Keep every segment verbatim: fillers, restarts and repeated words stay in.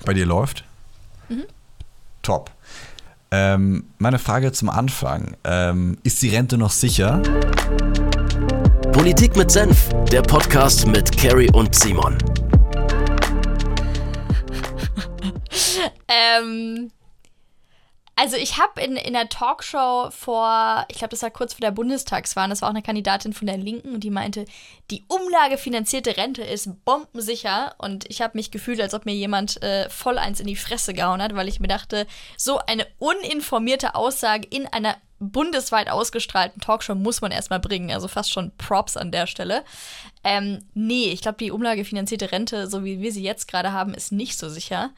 Bei dir läuft? Mhm. Top. Ähm, meine Frage zum Anfang. Ähm, ist die Rente noch sicher? Politik mit Senf, der Podcast mit Carrie und Simon. ähm, also ich habe in, in der Talkshow vor, ich glaube, das war kurz vor der Bundestagswahl, das war auch eine Kandidatin von der Linken und die meinte, die umlagefinanzierte Rente ist bombensicher und ich habe mich gefühlt, als ob mir jemand äh, voll eins in die Fresse gehauen hat, weil ich mir dachte, so eine uninformierte Aussage in einer bundesweit ausgestrahlten Talkshow muss man erstmal bringen, also fast schon Props an der Stelle. Ähm, nee, ich glaube, die umlagefinanzierte Rente, so wie wir sie jetzt gerade haben, ist nicht so sicher.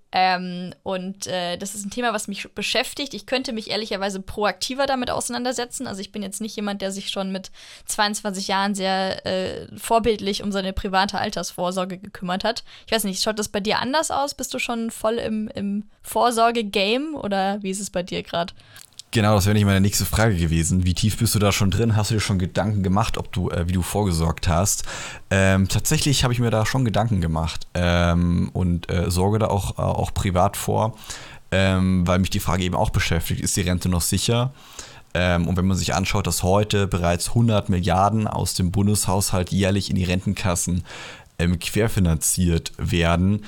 Ähm, und äh, das ist ein Thema, was mich beschäftigt. Ich könnte mich ehrlicherweise proaktiver damit auseinandersetzen. Also ich bin jetzt nicht jemand, der sich schon mit zweiundzwanzig Jahren sehr äh, vorbildlich um seine private Altersvorsorge gekümmert hat. Ich weiß nicht, schaut das bei dir anders aus? Bist du schon voll im, im Vorsorge-Game oder wie ist es bei dir gerade? Genau, das wäre nicht meine nächste Frage gewesen. Wie tief bist du da schon drin? Hast du dir schon Gedanken gemacht, ob du, äh, wie du vorgesorgt hast? Ähm, tatsächlich habe ich mir da schon Gedanken gemacht ähm, und äh, sorge da auch, äh, auch privat vor, ähm, weil mich die Frage eben auch beschäftigt, ist die Rente noch sicher? Ähm, und wenn man sich anschaut, dass heute bereits hundert Milliarden aus dem Bundeshaushalt jährlich in die Rentenkassen ähm, querfinanziert werden,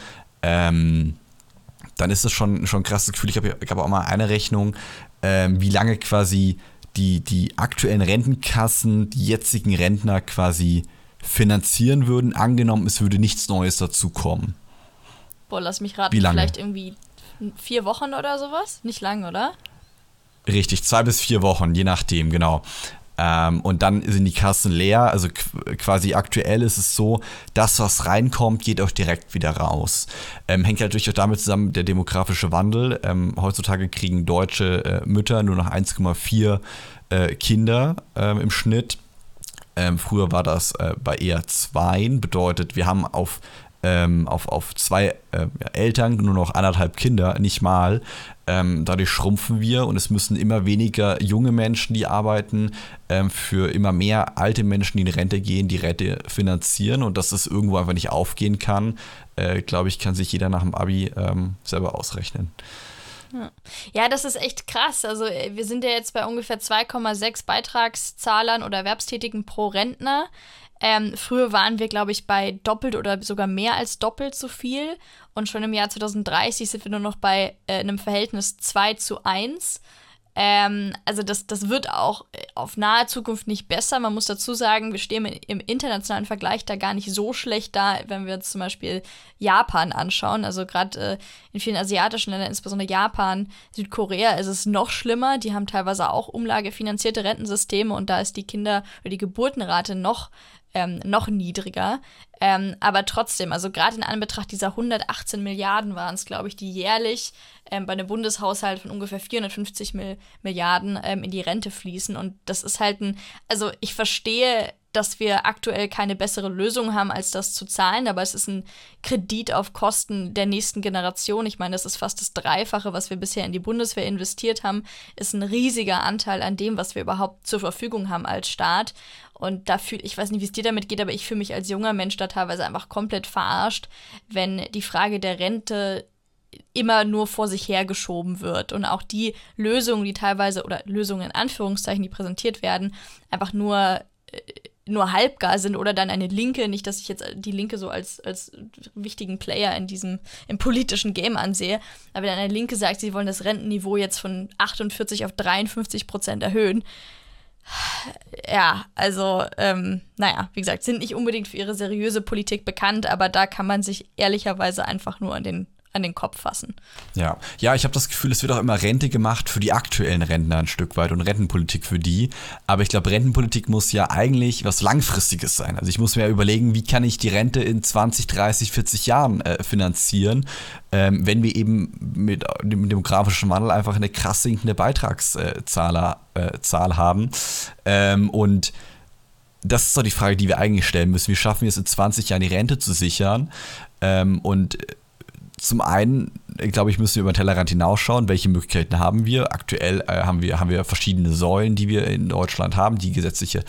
ähm, dann ist das schon, schon ein krasses Gefühl. Ich habe ich hab auch mal eine Rechnung, ähm, wie lange quasi die, die aktuellen Rentenkassen die jetzigen Rentner quasi finanzieren würden, angenommen, es würde nichts Neues dazu kommen. Boah, lass mich raten, wie lange? Vielleicht irgendwie vier Wochen oder sowas? Nicht lang, oder? Richtig, zwei bis vier Wochen, je nachdem, genau. Ähm, und dann sind die Kassen leer, also qu- quasi aktuell ist es so, das, was reinkommt, geht auch direkt wieder raus. Ähm, hängt natürlich auch damit zusammen der demografische Wandel. Ähm, heutzutage kriegen deutsche äh, Mütter nur noch eins Komma vier äh, Kinder ähm, im Schnitt. Ähm, früher war das äh, bei eher zwei, bedeutet, wir haben auf Ähm, auf, auf zwei äh, Eltern nur noch anderthalb Kinder, nicht mal. Ähm, dadurch schrumpfen wir und es müssen immer weniger junge Menschen, die arbeiten, ähm, für immer mehr alte Menschen, die in Rente gehen, die Rente finanzieren und dass das irgendwo einfach nicht aufgehen kann, äh, glaube ich, kann sich jeder nach dem Abi ähm, selber ausrechnen. Ja, das ist echt krass. Also wir sind ja jetzt bei ungefähr zwei Komma sechs Beitragszahlern oder Erwerbstätigen pro Rentner. Ähm, früher waren wir, glaube ich, bei doppelt oder sogar mehr als doppelt so viel. Und schon im Jahr zwanzig dreißig sind wir nur noch bei äh, einem Verhältnis zwei zu eins. Ähm, also das, das wird auch auf nahe Zukunft nicht besser. Man muss dazu sagen, wir stehen im internationalen Vergleich da gar nicht so schlecht da, wenn wir uns zum Beispiel Japan anschauen. Also gerade äh, in vielen asiatischen Ländern, insbesondere Japan, Südkorea, ist es noch schlimmer. Die haben teilweise auch umlagefinanzierte Rentensysteme und da ist die Kinder- oder die Geburtenrate noch Ähm, noch niedriger. Ähm, aber trotzdem, also gerade in Anbetracht dieser hundertachtzehn Milliarden waren es, glaube ich, die jährlich ähm, bei einem Bundeshaushalt von ungefähr vierhundertfünfzig Mil- Milliarden ähm, in die Rente fließen. Und das ist halt ein, also ich verstehe, dass wir aktuell keine bessere Lösung haben, als das zu zahlen, aber es ist ein Kredit auf Kosten der nächsten Generation. Ich meine, das ist fast das Dreifache, was wir bisher in die Bundeswehr investiert haben, ist ein riesiger Anteil an dem, was wir überhaupt zur Verfügung haben als Staat. Und da fühl, ich weiß nicht, wie es dir damit geht, aber ich fühle mich als junger Mensch da teilweise einfach komplett verarscht, wenn die Frage der Rente immer nur vor sich hergeschoben wird und auch die Lösungen, die teilweise, oder Lösungen in Anführungszeichen, die präsentiert werden, einfach nur äh, nur halbgar sind oder dann eine Linke, nicht, dass ich jetzt die Linke so als, als wichtigen Player in diesem, im politischen Game ansehe, aber wenn eine Linke sagt, sie wollen das Rentenniveau jetzt von achtundvierzig auf dreiundfünfzig Prozent erhöhen, ja, also, ähm, naja, wie gesagt, sind nicht unbedingt für ihre seriöse Politik bekannt, aber da kann man sich ehrlicherweise einfach nur an den an den Kopf fassen. Ja, ja, ich habe das Gefühl, es wird auch immer Rente gemacht für die aktuellen Rentner ein Stück weit und Rentenpolitik für die. Aber ich glaube, Rentenpolitik muss ja eigentlich was Langfristiges sein. Also ich muss mir ja überlegen, wie kann ich die Rente in zwanzig, dreißig, vierzig Jahren äh, finanzieren, ähm, wenn wir eben mit dem demografischen Wandel einfach eine krass sinkende Beitragszahl äh, Zahl haben. Ähm, und das ist doch die Frage, die wir eigentlich stellen müssen. Wie schaffen wir es in zwanzig Jahren, die Rente zu sichern? Ähm, und Zum einen, glaube ich, müssen wir über den Tellerrand hinausschauen, welche Möglichkeiten haben wir. Aktuell äh, haben wir haben wir verschiedene Säulen, die wir in Deutschland haben. Die gesetzliche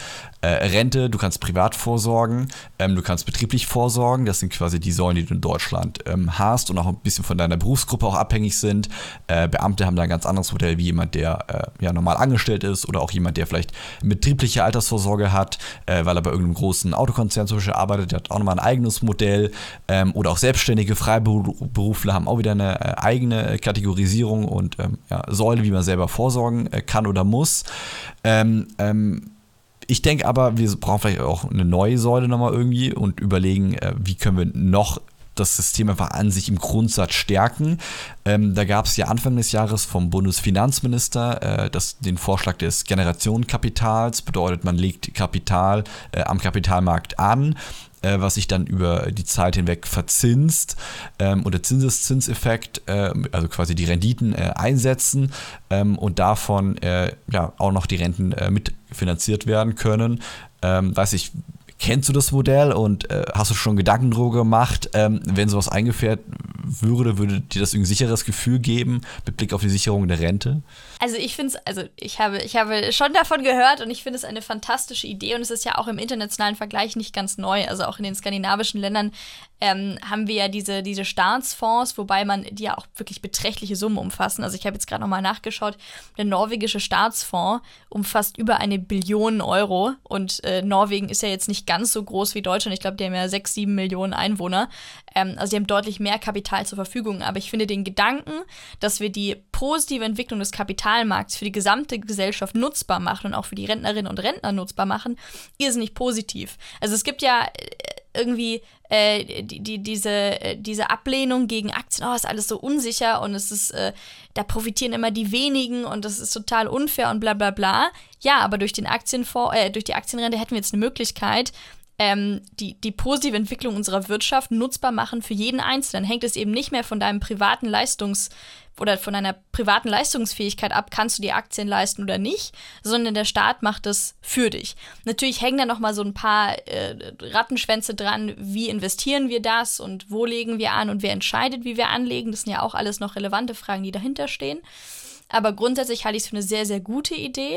äh, Rente, du kannst privat vorsorgen, ähm, du kannst betrieblich vorsorgen. Das sind quasi die Säulen, die du in Deutschland ähm, hast und auch ein bisschen von deiner Berufsgruppe auch abhängig sind. Äh, Beamte haben da ein ganz anderes Modell wie jemand, der äh, ja normal angestellt ist oder auch jemand, der vielleicht betriebliche Altersvorsorge hat, äh, weil er bei irgendeinem großen Autokonzern zum Beispiel arbeitet, der hat auch nochmal ein eigenes Modell. Ähm, oder auch selbstständige Freiberufler haben auch wieder eine äh, eigene Kategorisierung und ähm, ja, Säule, wie man selber vorsorgen äh, kann oder muss. Ähm, ähm, ich denke aber, wir brauchen vielleicht auch eine neue Säule nochmal irgendwie und überlegen, äh, wie können wir noch das System einfach an sich im Grundsatz stärken. Ähm, da gab es ja Anfang des Jahres vom Bundesfinanzminister äh, das, den Vorschlag des Generationenkapitals. Bedeutet, man legt Kapital äh, am Kapitalmarkt an, äh, was sich dann über die Zeit hinweg verzinst ähm, und der Zinseszinseffekt, äh, also quasi die Renditen äh, einsetzen ähm, und davon äh, ja auch noch die Renten äh, mitfinanziert werden können. Ähm, weiß ich, kennst du das Modell und äh, hast du schon Gedanken drüber gemacht, ähm, wenn sowas eingeführt würde, würde dir das ein sicheres Gefühl geben mit Blick auf die Sicherung der Rente? Also ich finde es, also ich habe, ich habe schon davon gehört und ich finde es eine fantastische Idee und es ist ja auch im internationalen Vergleich nicht ganz neu. Also auch in den skandinavischen Ländern ähm, haben wir ja diese, diese Staatsfonds, wobei man die ja auch wirklich beträchtliche Summen umfassen. Also ich habe jetzt gerade nochmal nachgeschaut, der norwegische Staatsfonds umfasst über eine Billion Euro und äh, Norwegen ist ja jetzt nicht ganz so groß wie Deutschland. Ich glaube, die haben ja sechs, sieben Millionen Einwohner. Ähm, also die haben deutlich mehr Kapital zur Verfügung. Aber ich finde den Gedanken, dass wir die positive Entwicklung des Kapitalmarkts für die gesamte Gesellschaft nutzbar machen und auch für die Rentnerinnen und Rentner nutzbar machen, irrsinnig positiv. Also es gibt ja irgendwie äh, die, die, diese, äh, diese Ablehnung gegen Aktien, oh, ist alles so unsicher und es ist, äh, da profitieren immer die wenigen und das ist total unfair und bla bla bla. Ja, aber durch den Aktienfonds, äh, durch die Aktienrente hätten wir jetzt eine Möglichkeit, ähm, die, die positive Entwicklung unserer Wirtschaft nutzbar machen für jeden Einzelnen. Hängt es eben nicht mehr von deinem privaten Leistungs- oder von deiner privaten Leistungsfähigkeit ab, kannst du dir Aktien leisten oder nicht, sondern der Staat macht es für dich. Natürlich hängen da noch mal so ein paar äh, Rattenschwänze dran, wie investieren wir das und wo legen wir an und wer entscheidet, wie wir anlegen. Das sind ja auch alles noch relevante Fragen, die dahinter stehen. Aber grundsätzlich halte ich es für eine sehr, sehr gute Idee.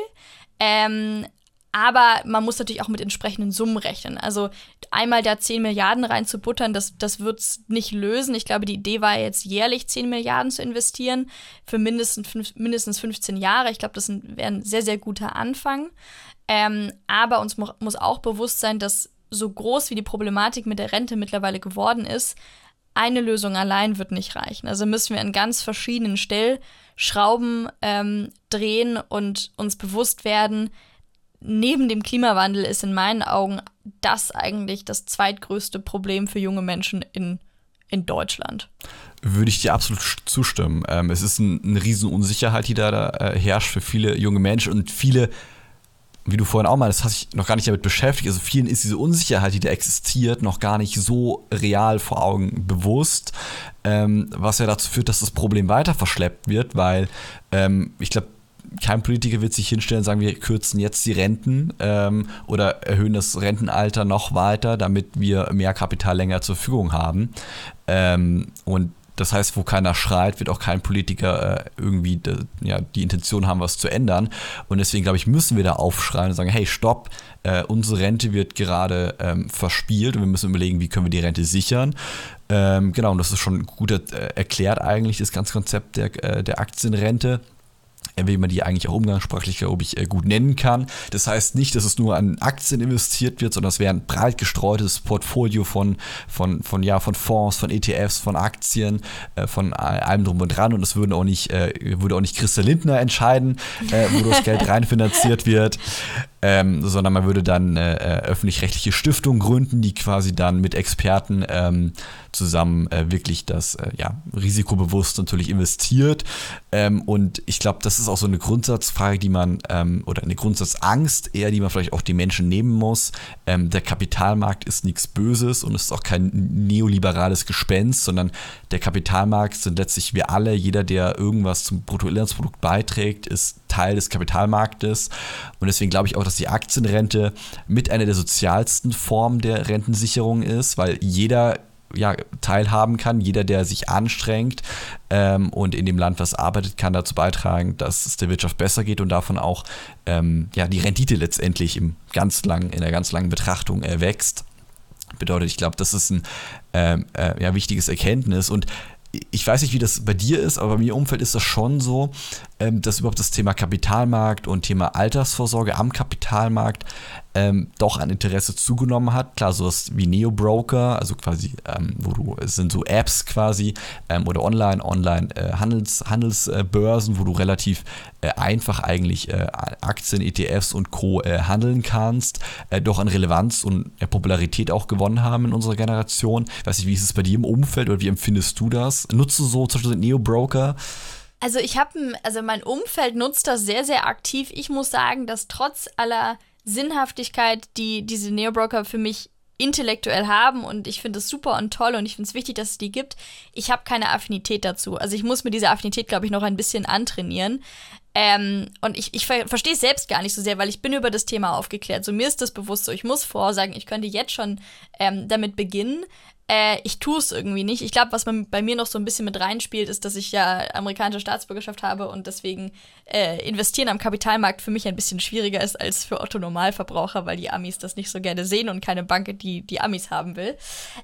Ähm, Aber man muss natürlich auch mit entsprechenden Summen rechnen. Also einmal da zehn Milliarden reinzubuttern, das, das wird es nicht lösen. Ich glaube, die Idee war jetzt jährlich zehn Milliarden zu investieren für mindestens, fünf, mindestens fünfzehn Jahre. Ich glaube, das wäre ein sehr, sehr guter Anfang. Ähm, aber uns mu- muss auch bewusst sein, dass so groß wie die Problematik mit der Rente mittlerweile geworden ist, eine Lösung allein wird nicht reichen. Also müssen wir an ganz verschiedenen Stellschrauben ähm, drehen und uns bewusst werden, neben dem Klimawandel ist in meinen Augen das eigentlich das zweitgrößte Problem für junge Menschen in, in Deutschland. Würde ich dir absolut zustimmen. Ähm, es ist ein, eine riesen Unsicherheit, die da, da äh, herrscht für viele junge Menschen und viele, wie du vorhin auch mal, das hast dich noch gar nicht damit beschäftigt, also vielen ist diese Unsicherheit, die da existiert, noch gar nicht so real vor Augen bewusst, ähm, was ja dazu führt, dass das Problem weiter verschleppt wird, weil ähm, ich glaube, kein Politiker wird sich hinstellen und sagen, wir kürzen jetzt die Renten ähm, oder erhöhen das Rentenalter noch weiter, damit wir mehr Kapital länger zur Verfügung haben. Ähm, und das heißt, wo keiner schreit, wird auch kein Politiker äh, irgendwie de, ja, die Intention haben, was zu ändern. Und deswegen, glaube ich, müssen wir da aufschreien und sagen, hey, stopp, äh, unsere Rente wird gerade ähm, verspielt und wir müssen überlegen, wie können wir die Rente sichern. Ähm, genau, und das ist schon gut äh, erklärt eigentlich, das ganze Konzept der, äh, der Aktienrente, wie man die eigentlich auch umgangssprachlich, glaube ich, gut nennen kann. Das heißt nicht, dass es nur an Aktien investiert wird, sondern es wäre ein breit gestreutes Portfolio von, von, von, ja, von Fonds, von E T Fs, von Aktien, von allem drum und dran. Und es würde auch nicht, würde auch nicht Christa Lindner entscheiden, wo das Geld reinfinanziert wird. Ähm, sondern man würde dann äh, öffentlich-rechtliche Stiftungen gründen, die quasi dann mit Experten ähm, zusammen äh, wirklich das äh, ja, risikobewusst natürlich investiert. Ähm, und ich glaube, das ist auch so eine Grundsatzfrage, die man, ähm, oder eine Grundsatzangst eher, die man vielleicht auch die Menschen nehmen muss. Ähm, der Kapitalmarkt ist nichts Böses und es ist auch kein neoliberales Gespenst, sondern der Kapitalmarkt sind letztlich wir alle. Jeder, der irgendwas zum Bruttoinlandsprodukt beiträgt, ist Teil des Kapitalmarktes. Und deswegen glaube ich auch, dass die Aktienrente mit einer der sozialsten Formen der Rentensicherung ist, weil jeder ja, teilhaben kann. Jeder, der sich anstrengt ähm, und in dem Land was arbeitet, kann dazu beitragen, dass es der Wirtschaft besser geht und davon auch ähm, ja, die Rendite letztendlich im ganz lang, in der ganz langen Betrachtung äh, wächst. Bedeutet, ich glaube, das ist ein ähm, äh, ja, wichtiges Erkenntnis. Und ich weiß nicht, wie das bei dir ist, aber bei mir im Umfeld ist das schon so, ähm, dass überhaupt das Thema Kapitalmarkt und Thema Altersvorsorge am Kapitalmarkt ähm, doch an Interesse zugenommen hat. Klar, sowas wie Neo-Broker, also quasi, ähm, wo du, es sind so Apps quasi ähm, oder online, online äh, Handels, Handelsbörsen, wo du relativ äh, einfach eigentlich äh, Aktien, E T Fs und Co. Äh, handeln kannst, äh, doch an Relevanz und äh, Popularität auch gewonnen haben in unserer Generation. Ich weiß nicht, wie ist es bei dir im Umfeld oder wie empfindest du das? Nutzt du so zum Beispiel Neo-Broker? Also ich habe, also mein Umfeld nutzt das sehr, sehr aktiv. Ich muss sagen, dass trotz aller Sinnhaftigkeit, die diese Neo-Broker für mich intellektuell haben, und ich finde es super und toll und ich finde es wichtig, dass es die gibt, ich habe keine Affinität dazu. Also ich muss mir diese Affinität, glaube ich, noch ein bisschen antrainieren. Ähm, und ich, ich ver- verstehe es selbst gar nicht so sehr, weil ich bin über das Thema aufgeklärt. So, mir ist das bewusst so. Ich muss vorsagen, ich könnte jetzt schon ähm, damit beginnen. Äh, ich tue es irgendwie nicht. Ich glaube, was man bei mir noch so ein bisschen mit reinspielt, ist, dass ich ja amerikanische Staatsbürgerschaft habe und deswegen äh, investieren am Kapitalmarkt für mich ein bisschen schwieriger ist als für Otto-Normalverbraucher, weil die Amis das nicht so gerne sehen und keine Bank, die die Amis haben will.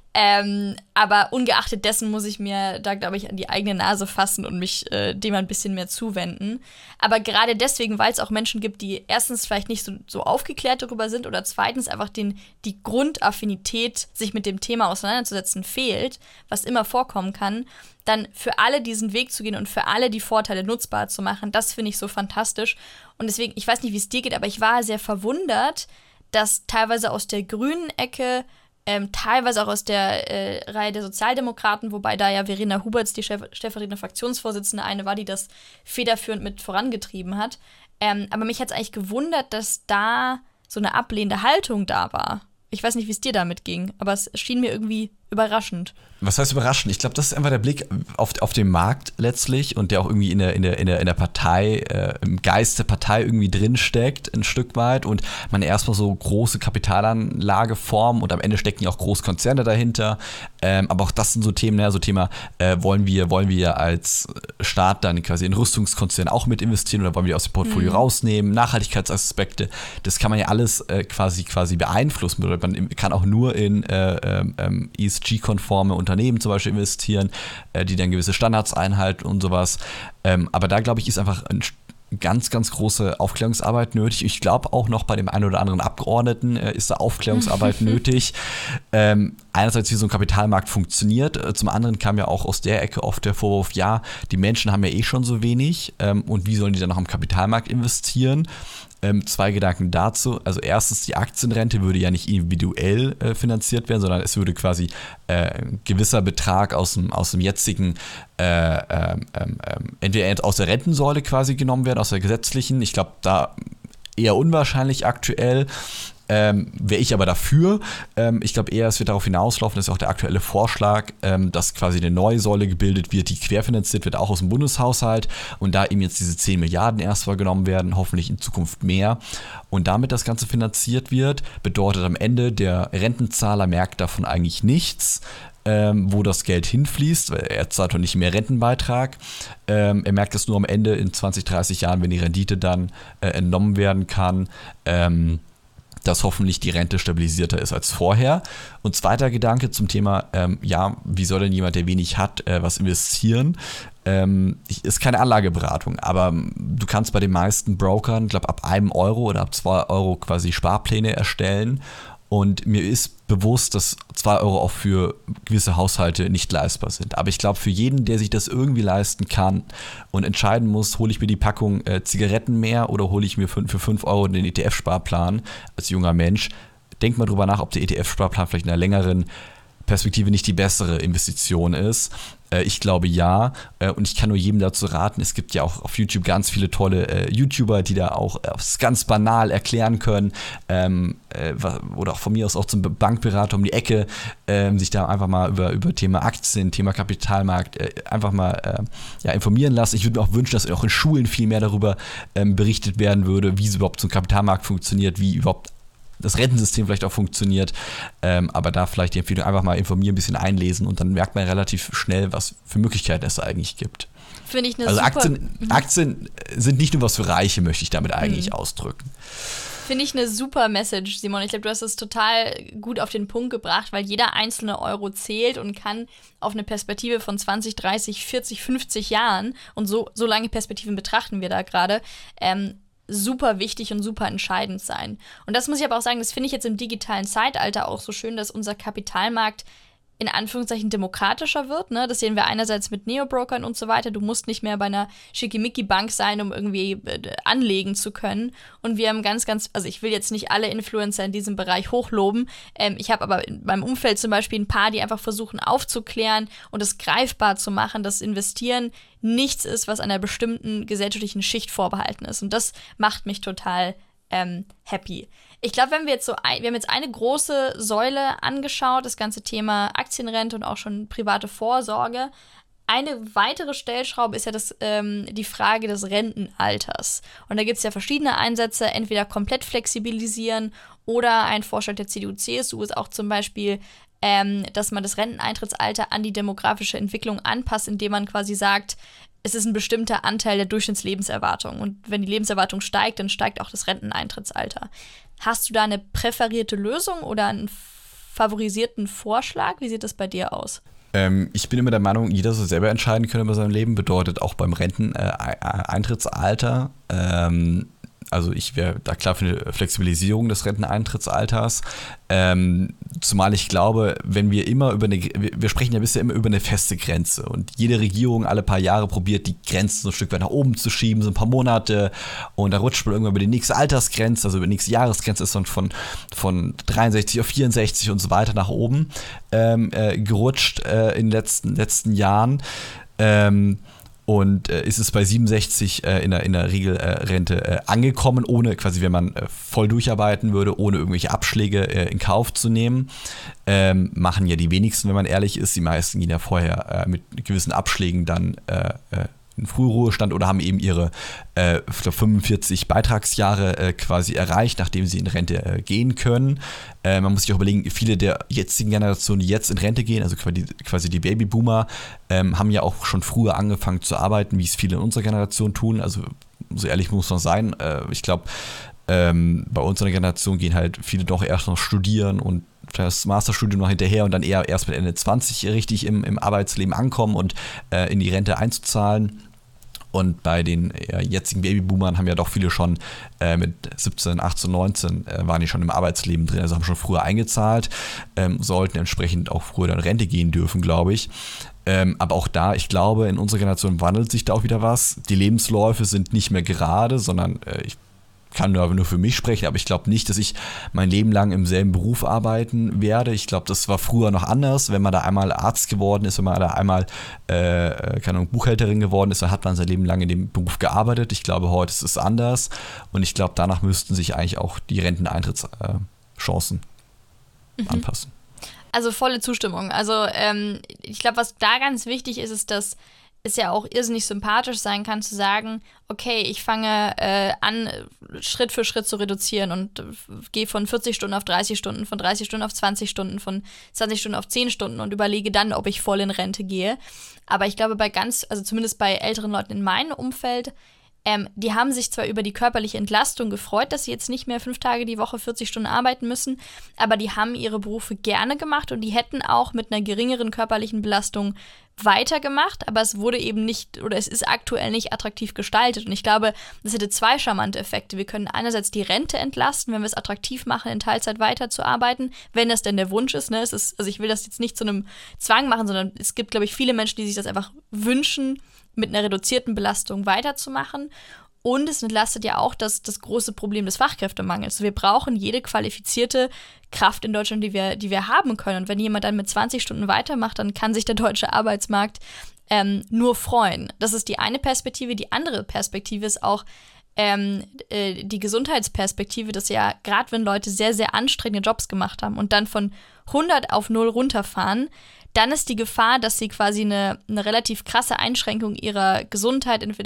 Ähm, aber ungeachtet dessen muss ich mir da, glaube ich, an die eigene Nase fassen und mich äh, dem ein bisschen mehr zuwenden. Aber gerade deswegen, weil es auch Menschen gibt, die erstens vielleicht nicht so, so aufgeklärt darüber sind oder zweitens einfach den, die Grundaffinität, sich mit dem Thema auseinanderzusetzen, fehlt, was immer vorkommen kann, dann für alle diesen Weg zu gehen und für alle die Vorteile nutzbar zu machen, das finde ich so fantastisch. Und deswegen, ich weiß nicht, wie es dir geht, aber ich war sehr verwundert, dass teilweise aus der grünen Ecke, ähm, teilweise auch aus der äh, Reihe der Sozialdemokraten, wobei da ja Verena Huberts, die Chef- stellvertretende Fraktionsvorsitzende, eine war, die das federführend mit vorangetrieben hat. Ähm, aber mich hat es eigentlich gewundert, dass da so eine ablehnende Haltung da war. Ich weiß nicht, wie es dir damit ging, aber es schien mir irgendwie überraschend. Was heißt überraschend? Ich glaube, das ist einfach der Blick auf, auf den Markt letztlich und der auch irgendwie in der, in der, in der, in der Partei, äh, im Geist der Partei irgendwie drinsteckt, ein Stück weit, und man erstmal so große Kapitalanlageformen und am Ende stecken ja auch Großkonzerne dahinter. Ähm, aber auch das sind so Themen, ja, so Thema, äh, wollen wir, wollen wir als Staat dann quasi in Rüstungskonzerne auch mit investieren oder wollen wir die aus dem Portfolio mhm. rausnehmen? Nachhaltigkeitsaspekte, das kann man ja alles äh, quasi, quasi beeinflussen. Oder man kann auch nur in äh, ähm, E S G-konforme Unternehmen zum Beispiel investieren, äh, die dann gewisse Standards einhalten und sowas. Ähm, aber da, glaube ich, ist einfach ein ganz, ganz große Aufklärungsarbeit nötig. Ich glaube auch noch bei dem einen oder anderen Abgeordneten äh, ist da Aufklärungsarbeit nötig. Ähm, einerseits, wie so ein Kapitalmarkt funktioniert. Äh, zum anderen kam ja auch aus der Ecke oft der Vorwurf, ja, die Menschen haben ja eh schon so wenig ähm, und wie sollen die dann noch am Kapitalmarkt investieren? Ähm, zwei Gedanken dazu. Also erstens, die Aktienrente würde ja nicht individuell äh, finanziert werden, sondern es würde quasi äh, ein gewisser Betrag aus dem, aus dem jetzigen, äh, ähm, ähm, entweder aus der Rentensäule quasi genommen werden, aus der gesetzlichen. Ich glaube, da eher unwahrscheinlich aktuell. Ähm, wäre ich aber dafür. Ähm, ich glaube eher, es wird darauf hinauslaufen, das ist auch der aktuelle Vorschlag, ähm, dass quasi eine neue Säule gebildet wird, die querfinanziert wird, auch aus dem Bundeshaushalt, und da eben jetzt diese zehn Milliarden erst genommen werden, hoffentlich in Zukunft mehr, und damit das Ganze finanziert wird, bedeutet am Ende, der Rentenzahler merkt davon eigentlich nichts, Ähm, wo das Geld hinfließt, weil er zahlt doch nicht mehr Rentenbeitrag. Ähm, er merkt es nur am Ende in zwanzig, dreißig Jahren, wenn die Rendite dann äh, entnommen werden kann, ähm, dass hoffentlich die Rente stabilisierter ist als vorher. Und zweiter Gedanke zum Thema, ähm, ja, wie soll denn jemand, der wenig hat, äh, was investieren? Ähm, ist keine Anlageberatung, aber du kannst bei den meisten Brokern, ich glaube, ab einem Euro oder ab zwei Euro quasi Sparpläne erstellen. Und mir ist bewusst, dass zwei Euro auch für gewisse Haushalte nicht leistbar sind. Aber ich glaube, für jeden, der sich das irgendwie leisten kann und entscheiden muss, hole ich mir die Packung äh, Zigaretten mehr oder hole ich mir für, für fünf Euro den E T F-Sparplan als junger Mensch, denk mal drüber nach, ob der E T F-Sparplan vielleicht in einer längeren Perspektive nicht die bessere Investition ist. Äh, ich glaube ja. Äh, und ich kann nur jedem dazu raten, es gibt ja auch auf YouTube ganz viele tolle äh, YouTuber, die da auch äh, ganz banal erklären können, ähm, äh, oder auch von mir aus auch zum Bankberater um die Ecke, äh, sich da einfach mal über, über Thema Aktien, Thema Kapitalmarkt äh, einfach mal äh, ja, informieren lassen. Ich würde mir auch wünschen, dass auch in Schulen viel mehr darüber ähm, berichtet werden würde, wie es überhaupt so ein Kapitalmarkt funktioniert, wie überhaupt das Rentensystem vielleicht auch funktioniert. Ähm, aber da vielleicht die Empfehlung, einfach mal informieren, ein bisschen einlesen und dann merkt man relativ schnell, was für Möglichkeiten es eigentlich gibt. Finde ich eine also super... Aktien, mhm. Aktien sind nicht nur was für Reiche, möchte ich damit eigentlich mhm. ausdrücken. Finde ich eine super Message, Simon. Ich glaube, du hast es total gut auf den Punkt gebracht, weil jeder einzelne Euro zählt und kann auf eine Perspektive von zwanzig, dreißig, vierzig, fünfzig Jahren, und so, so lange Perspektiven betrachten wir da gerade, ähm, super wichtig und super entscheidend sein. Und das muss ich aber auch sagen, das finde ich jetzt im digitalen Zeitalter auch so schön, dass unser Kapitalmarkt in Anführungszeichen demokratischer wird. Ne? Das sehen wir einerseits mit Neobrokern und so weiter. Du musst nicht mehr bei einer Schickimicki-Bank sein, um irgendwie äh, anlegen zu können. Und wir haben ganz, ganz, also ich will jetzt nicht alle Influencer in diesem Bereich hochloben. Ähm, ich habe aber in meinem Umfeld zum Beispiel ein paar, die einfach versuchen aufzuklären und es greifbar zu machen, dass Investieren nichts ist, was einer bestimmten gesellschaftlichen Schicht vorbehalten ist. Und das macht mich total ähm, happy. Ich glaube, wenn wir jetzt so, ein, wir haben jetzt eine große Säule angeschaut, das ganze Thema Aktienrente und auch schon private Vorsorge. Eine weitere Stellschraube ist ja das, ähm, die Frage des Rentenalters. Und da gibt es ja verschiedene Einsätze, entweder komplett flexibilisieren oder ein Vorschlag der C D U C S U ist auch zum Beispiel, ähm, dass man das Renteneintrittsalter an die demografische Entwicklung anpasst, indem man quasi sagt, es ist ein bestimmter Anteil der Durchschnittslebenserwartung. Und wenn die Lebenserwartung steigt, dann steigt auch das Renteneintrittsalter. Hast du da eine präferierte Lösung oder einen favorisierten Vorschlag? Wie sieht das bei dir aus? Ähm, ich bin immer der Meinung, jeder soll selber entscheiden können über sein Leben. Bedeutet auch beim Renteneintrittsalter. Äh, ähm, also ich wäre da klar für eine Flexibilisierung des Renteneintrittsalters. Ähm, zumal ich glaube, wenn wir immer über eine, wir sprechen ja bisher immer über eine feste Grenze und jede Regierung alle paar Jahre probiert, die Grenzen so ein Stück weit nach oben zu schieben, so ein paar Monate, und da rutscht man irgendwann über die nächste Altersgrenze, also über die nächste Jahresgrenze ist dann von, von dreiundsechzig auf vierundsechzig und so weiter nach oben ähm, äh, gerutscht äh, in den letzten, letzten Jahren. Ähm, Und äh, ist es bei siebenundsechzig äh, in, der, in der Regelrente äh, angekommen, ohne quasi, wenn man äh, voll durcharbeiten würde, ohne irgendwelche Abschläge äh, in Kauf zu nehmen. Ähm, machen ja die wenigsten, wenn man ehrlich ist. Die meisten gehen ja vorher äh, mit gewissen Abschlägen dann äh, äh, in Frühruhestand oder haben eben ihre äh, fünfundvierzig Beitragsjahre äh, quasi erreicht, nachdem sie in Rente äh, gehen können. Äh, man muss sich auch überlegen, viele der jetzigen Generationen, die jetzt in Rente gehen, also quasi, quasi die Babyboomer, ähm, haben ja auch schon früher angefangen zu arbeiten, wie es viele in unserer Generation tun. Also so ehrlich muss man sein. Äh, ich glaube, ähm, bei unserer Generation gehen halt viele doch erst noch studieren und das Masterstudium noch hinterher und dann eher erst mit Ende zwanzig richtig im, im Arbeitsleben ankommen und äh, in die Rente einzuzahlen. Und bei den äh, jetzigen Babyboomern haben ja doch viele schon äh, mit siebzehn, achtzehn, neunzehn äh, waren die schon im Arbeitsleben drin, also haben schon früher eingezahlt, ähm, sollten entsprechend auch früher in Rente gehen dürfen, glaube ich. Ähm, aber auch da, ich glaube, in unserer Generation wandelt sich da auch wieder was. Die Lebensläufe sind nicht mehr gerade, sondern äh, ich kann nur, nur für mich sprechen, aber ich glaube nicht, dass ich mein Leben lang im selben Beruf arbeiten werde. Ich glaube, das war früher noch anders. Wenn man da einmal Arzt geworden ist, wenn man da einmal äh, keine Ahnung, Buchhälterin geworden ist, dann hat man sein Leben lang in dem Beruf gearbeitet. Ich glaube, heute ist es anders und ich glaube, danach müssten sich eigentlich auch die Renteneintrittschancen äh, mhm. anpassen. Also volle Zustimmung. Also ähm, ich glaube, was da ganz wichtig ist, ist, dass es ja auch irrsinnig sympathisch sein kann, zu sagen, okay, ich fange äh, an, Schritt für Schritt zu reduzieren und äh, gehe von vierzig Stunden auf dreißig Stunden, von dreißig Stunden auf zwanzig Stunden, von zwanzig Stunden auf zehn Stunden und überlege dann, ob ich voll in Rente gehe. Aber ich glaube, bei ganz, also zumindest bei älteren Leuten in meinem Umfeld, Ähm, die haben sich zwar über die körperliche Entlastung gefreut, dass sie jetzt nicht mehr fünf Tage die Woche vierzig Stunden arbeiten müssen, aber die haben ihre Berufe gerne gemacht und die hätten auch mit einer geringeren körperlichen Belastung weitergemacht, aber es wurde eben nicht, oder es ist aktuell nicht attraktiv gestaltet. Und ich glaube, das hätte zwei charmante Effekte. Wir können einerseits die Rente entlasten, wenn wir es attraktiv machen, in Teilzeit weiterzuarbeiten, wenn das denn der Wunsch ist. Ne? Es ist, also ich will das jetzt nicht zu einem Zwang machen, sondern es gibt, glaube ich, viele Menschen, die sich das einfach wünschen, mit einer reduzierten Belastung weiterzumachen. Und es entlastet ja auch das, das große Problem des Fachkräftemangels. Wir brauchen jede qualifizierte Kraft in Deutschland, die wir, die wir haben können. Und wenn jemand dann mit zwanzig Stunden weitermacht, dann kann sich der deutsche Arbeitsmarkt ähm, nur freuen. Das ist die eine Perspektive. Die andere Perspektive ist auch ähm, äh, die Gesundheitsperspektive, dass ja gerade wenn Leute sehr, sehr anstrengende Jobs gemacht haben und dann von hundert auf null runterfahren, dann ist die Gefahr, dass sie quasi eine, eine relativ krasse Einschränkung ihrer Gesundheit, entweder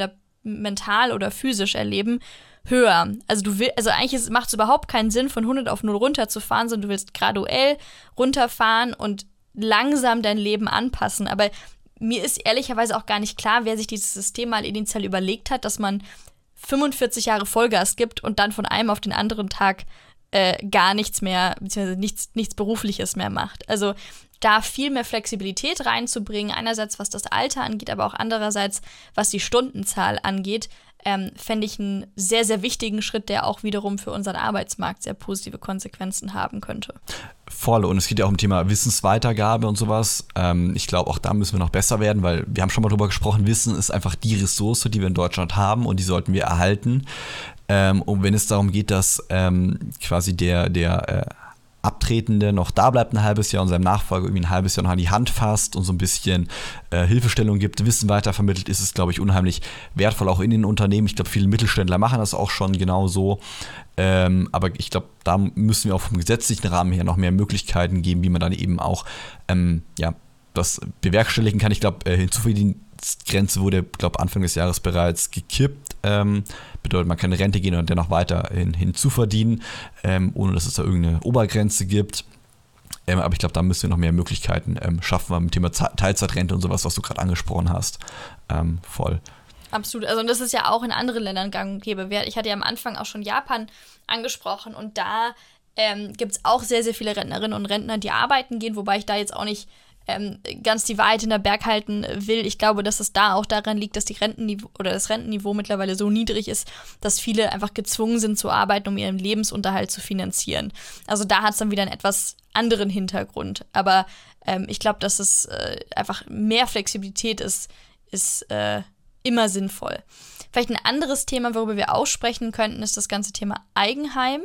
mental oder physisch erleben, höher. Also du will, also eigentlich macht es überhaupt keinen Sinn, von hundert auf null runterzufahren, sondern du willst graduell runterfahren und langsam dein Leben anpassen. Aber mir ist ehrlicherweise auch gar nicht klar, wer sich dieses System mal initial überlegt hat, dass man fünfundvierzig Jahre Vollgas gibt und dann von einem auf den anderen Tag äh, gar nichts mehr, beziehungsweise nichts, nichts Berufliches mehr macht. Also da viel mehr Flexibilität reinzubringen, einerseits was das Alter angeht, aber auch andererseits was die Stundenzahl angeht, ähm, fände ich einen sehr, sehr wichtigen Schritt, der auch wiederum für unseren Arbeitsmarkt sehr positive Konsequenzen haben könnte. Voll. Und es geht ja auch um Thema Wissensweitergabe und sowas. Ähm, ich glaube, auch da müssen wir noch besser werden, weil wir haben schon mal drüber gesprochen, Wissen ist einfach die Ressource, die wir in Deutschland haben und die sollten wir erhalten. Ähm, und wenn es darum geht, dass ähm, quasi der, der äh, Abtretende noch da bleibt ein halbes Jahr und seinem Nachfolger irgendwie ein halbes Jahr noch an die Hand fasst und so ein bisschen äh, Hilfestellung gibt, Wissen weitervermittelt, ist es, glaube ich, unheimlich wertvoll, auch in den Unternehmen. Ich glaube, viele Mittelständler machen das auch schon genau so. Ähm, aber ich glaube, da müssen wir auch vom gesetzlichen Rahmen her noch mehr Möglichkeiten geben, wie man dann eben auch ähm, ja, das bewerkstelligen kann. Ich glaube, äh, Hinzuverdienstgrenze wurde, glaube Anfang des Jahres bereits gekippt. Ähm, bedeutet, man kann in Rente gehen und dennoch weiterhin hinzuverdienen, ähm, ohne dass es da irgendeine Obergrenze gibt. Ähm, aber ich glaube, da müssen wir noch mehr Möglichkeiten ähm, schaffen, weil mit dem Thema Teilzeitrente und sowas, was du gerade angesprochen hast, ähm, voll. Absolut. Also und das ist ja auch in anderen Ländern gang und gäbe. Ich hatte ja am Anfang auch schon Japan angesprochen und da ähm, gibt es auch sehr, sehr viele Rentnerinnen und Rentner, die arbeiten gehen, wobei ich da jetzt auch nicht ähm, ganz die Wahrheit in der Berg halten will. Ich glaube, dass es da auch daran liegt, dass die Rentenniveau oder das Rentenniveau mittlerweile so niedrig ist, dass viele einfach gezwungen sind zu arbeiten, um ihren Lebensunterhalt zu finanzieren. Also da hat es dann wieder einen etwas anderen Hintergrund. Aber ähm, ich glaube, dass es äh, einfach mehr Flexibilität ist, ist äh, immer sinnvoll. Vielleicht ein anderes Thema, worüber wir auch sprechen könnten, ist das ganze Thema Eigenheim.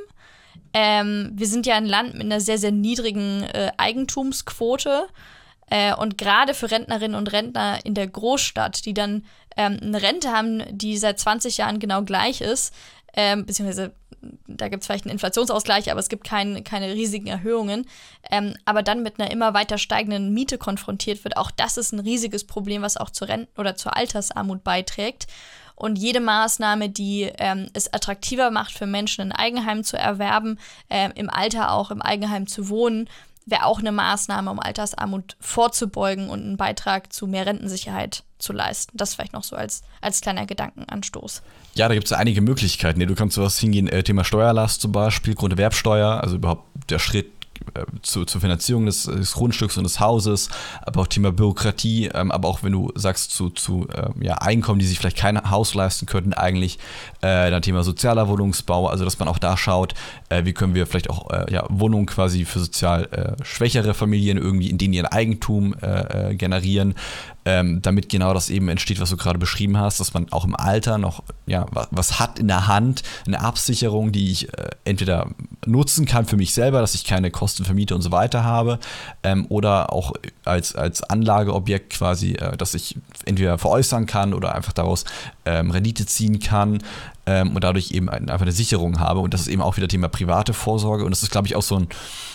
Ähm, wir sind ja ein Land mit einer sehr, sehr niedrigen äh, Eigentumsquote. Äh, und gerade für Rentnerinnen und Rentner in der Großstadt, die dann ähm, eine Rente haben, die seit zwanzig Jahren genau gleich ist, ähm, beziehungsweise da gibt es vielleicht einen Inflationsausgleich, aber es gibt kein, keine riesigen Erhöhungen, ähm, aber dann mit einer immer weiter steigenden Miete konfrontiert wird. Auch das ist ein riesiges Problem, was auch zur Renten- oder zur Altersarmut beiträgt. Und jede Maßnahme, die ähm, es attraktiver macht für Menschen, ein Eigenheim zu erwerben, äh, im Alter auch im Eigenheim zu wohnen, wäre auch eine Maßnahme, um Altersarmut vorzubeugen und einen Beitrag zu mehr Rentensicherheit zu leisten. Das vielleicht noch so als, als kleiner Gedankenanstoß. Ja, da gibt es ja einige Möglichkeiten. Du kannst sowas hingehen, äh, Thema Steuerlast zum Beispiel, Grunderwerbsteuer, also überhaupt der Schritt äh, zu, zur Finanzierung des, des Grundstücks und des Hauses, aber auch Thema Bürokratie, ähm, aber auch wenn du sagst zu, zu äh, ja, Einkommen, die sich vielleicht kein Haus leisten könnten, eigentlich äh, dann Thema sozialer Wohnungsbau, also dass man auch da schaut, äh, wie können wir vielleicht auch äh, ja, Wohnungen quasi für sozial äh, schwächere Familien irgendwie, in denen ihr Eigentum äh, äh, generieren, Ähm, damit genau das eben entsteht, was du gerade beschrieben hast, dass man auch im Alter noch ja, was, was hat in der Hand, eine Absicherung, die ich äh, entweder nutzen kann für mich selber, dass ich keine Kosten vermiete und so weiter habe, ähm, oder auch als, als Anlageobjekt quasi, äh, dass ich entweder veräußern kann oder einfach daraus ähm, Rendite ziehen kann ähm, und dadurch eben ein, einfach eine Sicherung habe. Und das ist eben auch wieder Thema private Vorsorge und das ist, glaube ich, auch so ein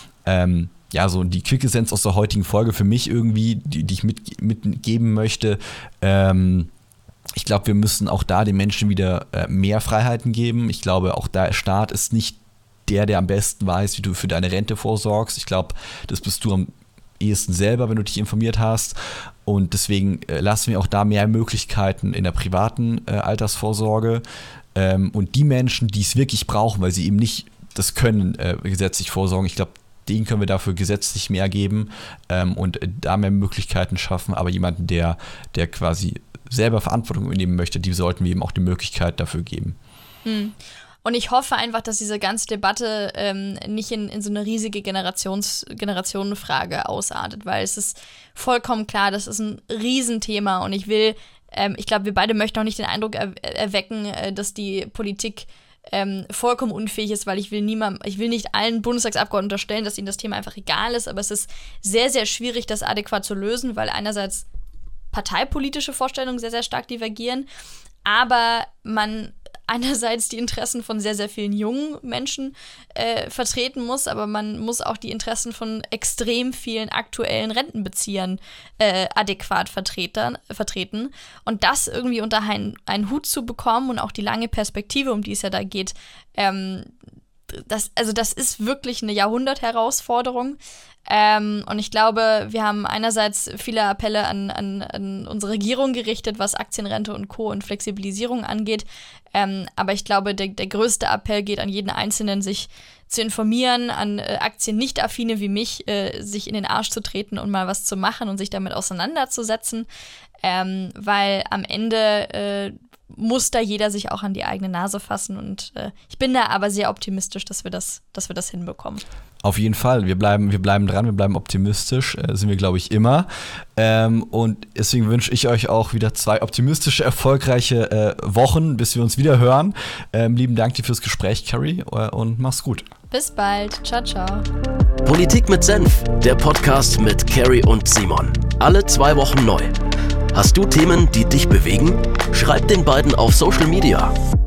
ähm, ja, so die Quintessenz aus der heutigen Folge für mich irgendwie, die, die ich mit, mitgeben möchte. Ähm, ich glaube, wir müssen auch da den Menschen wieder äh, mehr Freiheiten geben. Ich glaube, auch der Staat ist nicht der, der am besten weiß, wie du für deine Rente vorsorgst. Ich glaube, das bist du am ehesten selber, wenn du dich informiert hast. Und deswegen äh, lassen wir auch da mehr Möglichkeiten in der privaten äh, Altersvorsorge. Ähm, und die Menschen, die es wirklich brauchen, weil sie eben nicht das können, äh, gesetzlich vorsorgen, ich glaube, denen können wir dafür gesetzlich mehr geben ähm, und da mehr Möglichkeiten schaffen. Aber jemanden, der, der quasi selber Verantwortung übernehmen möchte, die sollten wir eben auch die Möglichkeit dafür geben. Hm. Und ich hoffe einfach, dass diese ganze Debatte ähm, nicht in, in so eine riesige Generations, Generationenfrage ausartet, weil es ist vollkommen klar, das ist ein Riesenthema und ich will, ähm, ich glaube, wir beide möchten auch nicht den Eindruck er- erwecken, äh, dass die Politik Ähm, vollkommen unfähig ist, weil ich will niemand, ich will nicht allen Bundestagsabgeordneten unterstellen, dass ihnen das Thema einfach egal ist, aber es ist sehr, sehr schwierig, das adäquat zu lösen, weil einerseits parteipolitische Vorstellungen sehr, sehr stark divergieren, aber man einerseits die Interessen von sehr, sehr vielen jungen Menschen äh, vertreten muss, aber man muss auch die Interessen von extrem vielen aktuellen Rentenbeziehern äh, adäquat vertreten, vertreten. Und das irgendwie unter einen, einen Hut zu bekommen und auch die lange Perspektive, um die es ja da geht, ähm, das, also das ist wirklich eine Jahrhundert-Herausforderung. Ähm, und ich glaube, wir haben einerseits viele Appelle an, an, an unsere Regierung gerichtet, was Aktienrente und Co. und Flexibilisierung angeht. Ähm, aber ich glaube, der, der größte Appell geht an jeden Einzelnen, sich zu informieren, an äh, Aktien-Nicht-Affine wie mich, äh, sich in den Arsch zu treten und mal was zu machen und sich damit auseinanderzusetzen. Ähm, weil am Ende äh, muss da jeder sich auch an die eigene Nase fassen. Und äh, ich bin da aber sehr optimistisch, dass wir das, dass wir das hinbekommen. Auf jeden Fall. Wir bleiben, wir bleiben dran, wir bleiben optimistisch, äh, sind wir, glaube ich, immer. Ähm, und deswegen wünsche ich euch auch wieder zwei optimistische, erfolgreiche äh, Wochen, bis wir uns wieder hören. Ähm, lieben Dank dir fürs Gespräch, Carrie, äh, und mach's gut. Bis bald. Ciao, ciao. Politik mit Senf, der Podcast mit Carrie und Simon. Alle zwei Wochen neu. Hast du Themen, die dich bewegen? Schreib den beiden auf Social Media.